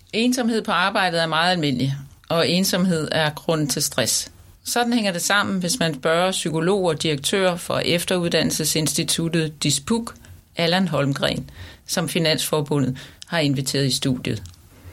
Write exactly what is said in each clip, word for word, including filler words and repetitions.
Ensomhed på arbejdet er meget almindelig, og ensomhed er grunden til stress. Sådan hænger det sammen, hvis man spørger psykolog og direktør for efteruddannelsesinstituttet Dispuk, Allan Holmgren, som Finansforbundet har inviteret i studiet.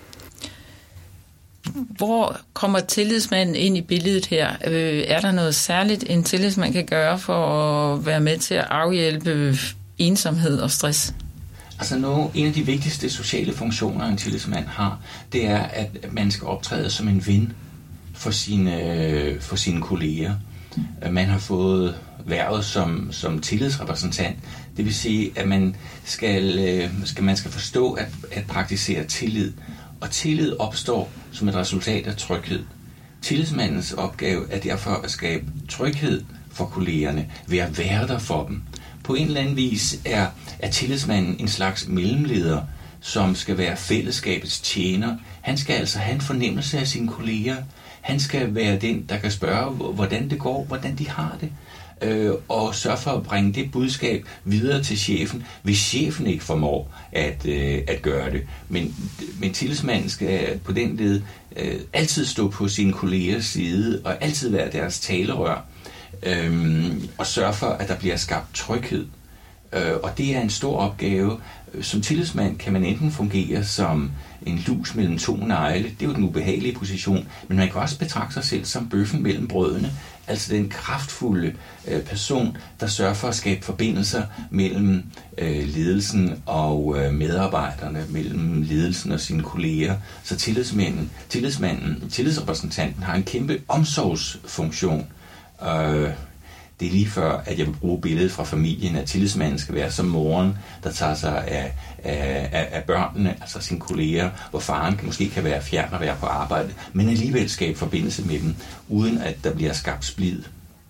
Hvor kommer tillidsmanden ind i billedet her? Øh, er der noget særligt, en tillidsmand kan gøre for at være med til at afhjælpe ensomhed og stress? Altså nu, en af de vigtigste sociale funktioner, en tillidsmand har, det er, at man skal optræde som en ven for sine, for sine kolleger. Man har fået hvervet som, som tillidsrepræsentant. Det vil sige, at man skal, skal, man skal forstå at, at praktisere tillid. Og tillid opstår som et resultat af tryghed. Tillidsmandens opgave er derfor at skabe tryghed for kollegerne ved at være der for dem. På en eller anden vis er, er tillidsmanden en slags mellemleder, som skal være fællesskabets tjener. Han skal altså have en fornemmelse af sine kolleger. Han skal være den, der kan spørge, hvordan det går, hvordan de har det, øh, og sørge for at bringe det budskab videre til chefen, hvis chefen ikke formår at, øh, at gøre det. Men, men tillidsmanden skal på den led øh, altid stå på sine kollegers side, og altid være deres talerør, øh, og sørge for, at der bliver skabt tryghed. Øh, og det er en stor opgave. Som tillidsmand kan man enten fungere som en lus mellem to negle, det er jo den ubehagelige position, men man kan også betragte sig selv som bøffen mellem brødene, altså den kraftfulde øh, person, der sørger for at skabe forbindelser mellem øh, ledelsen og øh, medarbejderne, mellem ledelsen og sine kolleger. Så tillidsmanden, tillidsmanden, tillidsrepræsentanten har en kæmpe omsorgsfunktion. Øh, Det er lige før, at jeg vil bruge billedet fra familien, at tillidsmanden skal være som moren, der tager sig af, af, af børnene, altså sine kolleger, hvor faren måske kan være fjern og være på arbejde, men alligevel skabe forbindelse med dem, uden at der bliver skabt splid.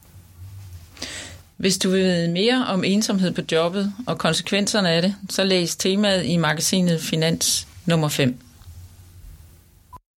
Hvis du vil vide mere om ensomhed på jobbet og konsekvenserne af det, så læs temaet i magasinet Finans nummer fem.